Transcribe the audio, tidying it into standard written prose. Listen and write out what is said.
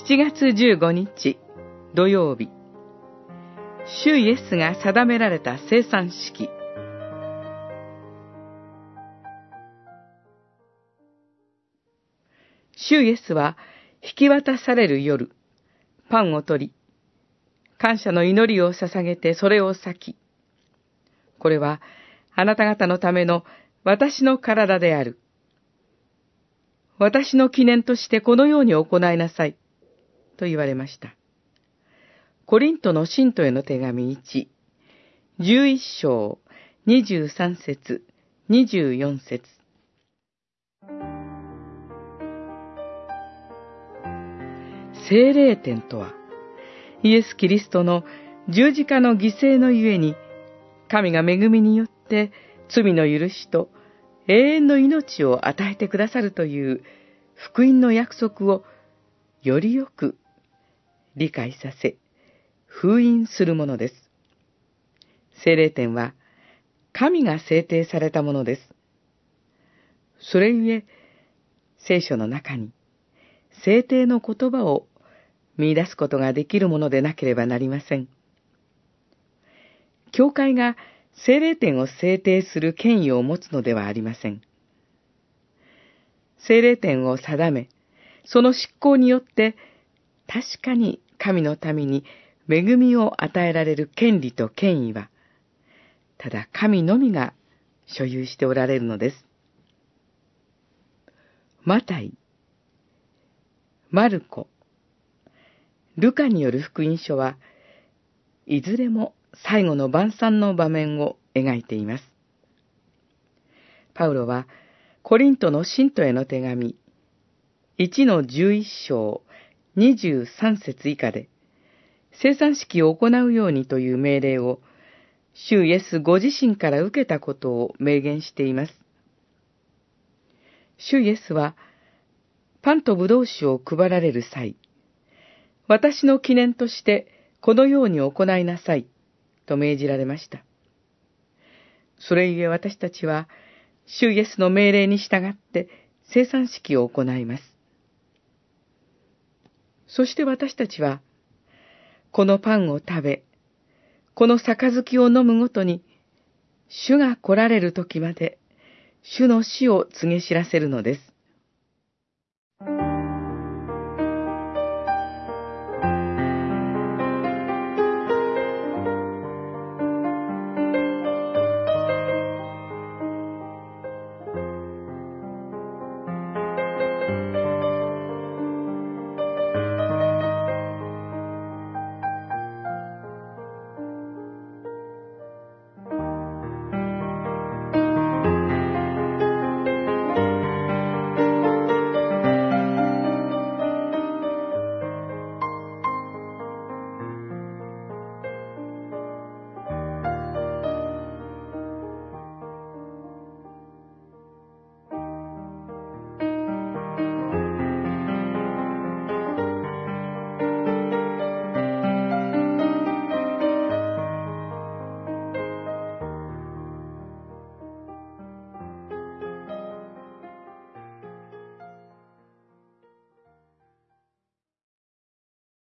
7月15日土曜日、主イエスが定められた生産式。主イエスは引き渡される夜、パンを取り、感謝の祈りを捧げてそれを裂き、これはあなた方のための私の体である。私の記念としてこのように行いなさい。と言われました。コリントの信徒への手紙1、11章、23節、24節。聖霊典とは、イエス・キリストの十字架の犠牲のゆえに、神が恵みによって罪の許しと永遠の命を与えてくださるという福音の約束をよりよく理解させ、封印するものです。聖霊典は神が制定されたものです。それゆえ、聖書の中に制定の言葉を見出すことができるものでなければなりません。教会が聖霊典を制定する権威を持つのではありません。聖霊典を定め、その執行によって確かに神の民に恵みを与えられる権利と権威は、ただ神のみが所有しておられるのです。マタイ、マルコ、ルカによる福音書は、いずれも最後の晩餐の場面を描いています。パウロは、コリントの信徒への手紙、1の11章、23節以下で、生産式を行うようにという命令を、主イエスご自身から受けたことを明言しています。主イエスは、パンとブドウ酒を配られる際、私の記念としてこのように行いなさい、と命じられました。それゆえ私たちは、主イエスの命令に従って生産式を行います。そして私たちは、このパンを食べ、この杯を飲むごとに、主が来られる時まで、主の死を告げ知らせるのです。